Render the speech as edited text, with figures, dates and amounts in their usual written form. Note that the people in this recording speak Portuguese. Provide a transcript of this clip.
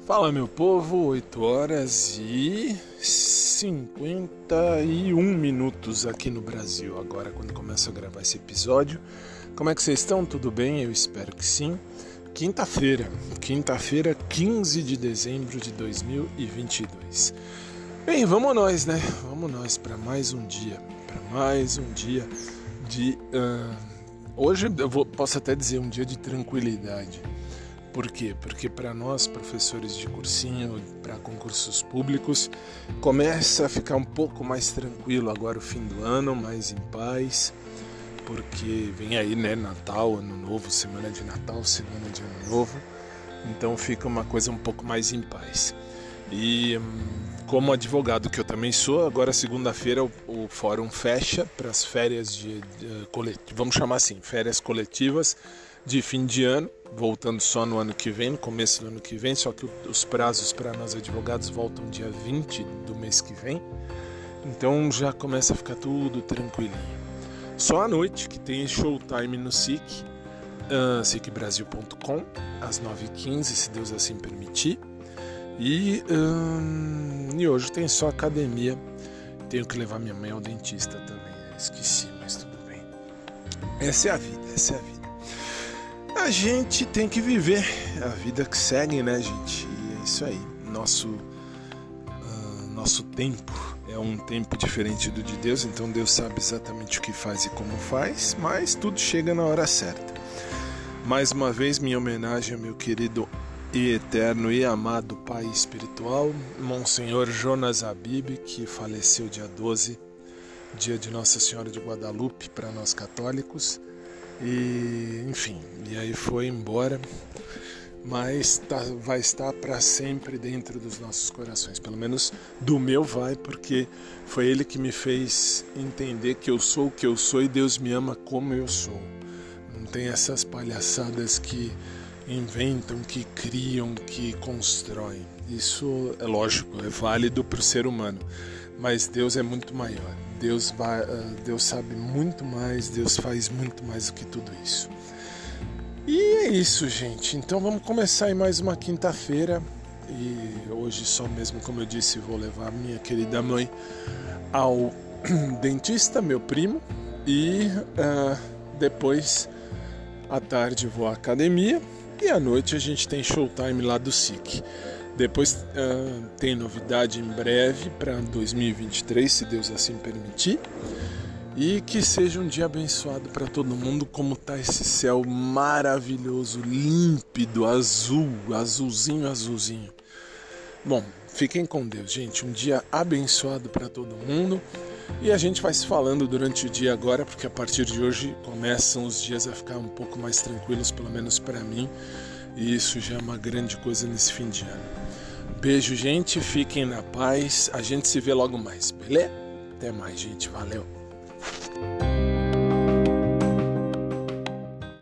Fala, meu povo, 8 horas e 51 minutos aqui no Brasil, agora quando começo a gravar esse episódio. Como é que vocês estão? Tudo bem? Eu espero que sim. Quinta-feira, 15 de dezembro de 2022. Bem, vamos nós, né? Vamos nós para mais um dia, de... Hoje eu posso até dizer um dia de tranquilidade. Por quê? Porque para nós, professores de cursinho, para concursos públicos, começa a ficar um pouco mais tranquilo agora o fim do ano, mais em paz, porque vem aí, né, Natal, Ano Novo, semana de Natal, semana de Ano Novo, então fica uma coisa um pouco mais em paz. E como advogado que eu também sou, agora segunda-feira o fórum fecha para as férias vamos chamar assim, férias coletivas de fim de ano, voltando só no ano que vem, no começo do ano que vem, só que os prazos para nós advogados voltam dia 20 do mês que vem, então já começa a ficar tudo tranquilinho. Só à noite que tem showtime no SIC, sicbrasil.com, às 9h15, se Deus assim permitir. E hoje tem só academia. Tenho que levar minha mãe ao dentista também. Esqueci, mas tudo bem. Essa é a vida. A gente tem que viver a vida que segue, né, gente? E é isso aí. Nosso tempo é um tempo diferente do de Deus, então Deus sabe exatamente o que faz e como faz, mas tudo chega na hora certa. Mais uma vez, minha homenagem ao meu querido e eterno e amado pai espiritual, Monsenhor Jonas Habib, que faleceu dia 12, dia de Nossa Senhora de Guadalupe, para nós católicos, e enfim, e aí foi embora, mas vai estar para sempre dentro dos nossos corações, pelo menos do meu vai, porque foi ele que me fez entender que eu sou o que eu sou e Deus me ama como eu sou. Não tem essas palhaçadas que inventam, que criam, que constroem. Isso é lógico, é válido para o ser humano, mas Deus é muito maior. Deus sabe muito mais, Deus faz muito mais do que tudo isso. E é isso, gente. Então vamos começar aí mais uma quinta-feira. E hoje só mesmo, como eu disse, vou levar minha querida mãe ao dentista, meu primo, e depois à tarde vou à academia. E à noite a gente tem showtime lá do SIC. Depois tem novidade em breve para 2023, se Deus assim permitir. E que seja um dia abençoado para todo mundo, como está esse céu maravilhoso, límpido, azulzinho. Bom, fiquem com Deus, gente. Um dia abençoado para todo mundo. E a gente vai se falando durante o dia agora, porque a partir de hoje começam os dias a ficar um pouco mais tranquilos, pelo menos para mim. E isso já é uma grande coisa nesse fim de ano. Beijo, gente. Fiquem na paz. A gente se vê logo mais, beleza? Até mais, gente. Valeu.